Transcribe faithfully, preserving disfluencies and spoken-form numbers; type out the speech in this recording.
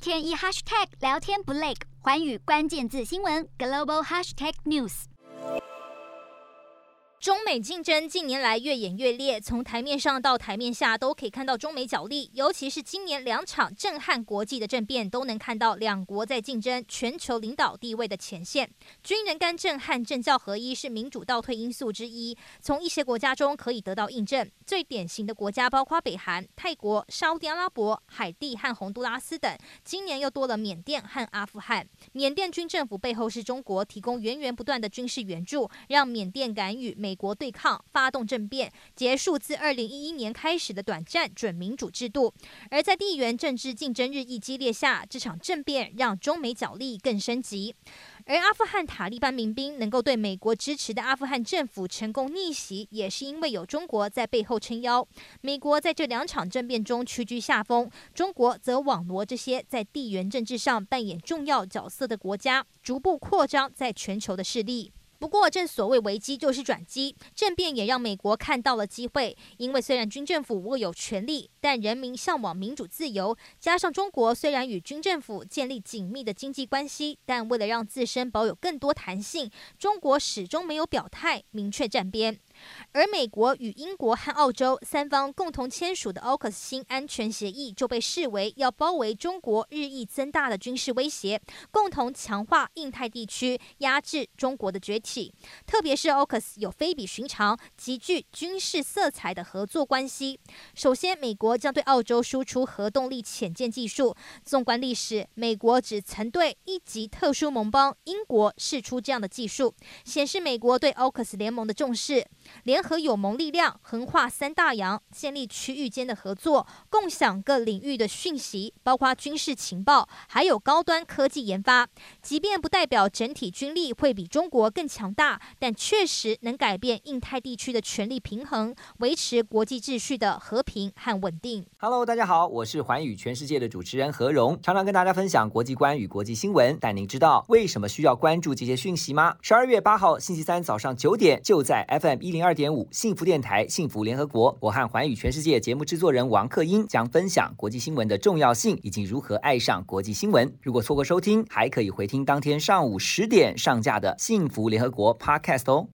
天一 hashtag 聊天不累，寰宇关键字新闻 global hashtag news。 中美竞争近年来越演越烈，从台面上到台面下都可以看到中美角力，尤其是今年两场震撼国际的政变，都能看到两国在竞争全球领导地位的前线。军人干政和政教合一是民主倒退因素之一，从一些国家中可以得到印证。最典型的国家包括北韩、泰国、沙烏地阿拉伯、海地和洪都拉斯等，今年又多了缅甸和阿富汗。缅甸军政府背后是中国提供源源不断的军事援助，让缅甸敢与美国对抗，发动政变，结束自二零一一年开始的短暂准民主制度。而在地缘政治竞争日益激烈下，这场政变让中美角力更升级。而阿富汗塔利班民兵能够对美国支持的阿富汗政府成功逆袭，也是因为有中国在背后撑腰。美国在这两场政变中屈居下风，中国则网罗这些在地缘政治上扮演重要角色的国家，逐步扩张在全球的势力。不过，正所谓危机就是转机，政变也让美国看到了机会。因为虽然军政府握有权力，但人民向往民主自由。加上中国虽然与军政府建立紧密的经济关系，但为了让自身保有更多弹性，中国始终没有表态，明确站边。而美国与英国和澳洲三方共同签署的 AUKUS 新安全协议就被视为要包围中国日益增大的军事威胁，共同强化印太地区，压制中国的崛起。特别是 AUKUS 有非比寻常、极具军事色彩的合作关系。首先，美国将对澳洲输出核动力潜舰技术。纵观历史，美国只曾对一级特殊盟邦英国释出这样的技术，显示美国对 AUKUS 联盟的重视。联合友盟力量，横跨三大洋，建立区域间的合作，共享各领域的讯息，包括军事情报，还有高端科技研发。即便不代表整体军力会比中国更强大，但确实能改变印太地区的权力平衡，维持国际秩序的和平和稳定。 Hello， 大家好，我是寰宇全世界的主持人何荣，常常跟大家分享国际观与国际新闻。但您知道为什么需要关注这些讯息吗？十二月八号星期三早上九点，就在 F M 一零二点五幸福电台幸福联合国，我和寰宇全世界节目制作人王克英将分享国际新闻的重要性以及如何爱上国际新闻。如果错过收听，还可以回听当天上午十点上架的幸福联合国 Podcast 哦。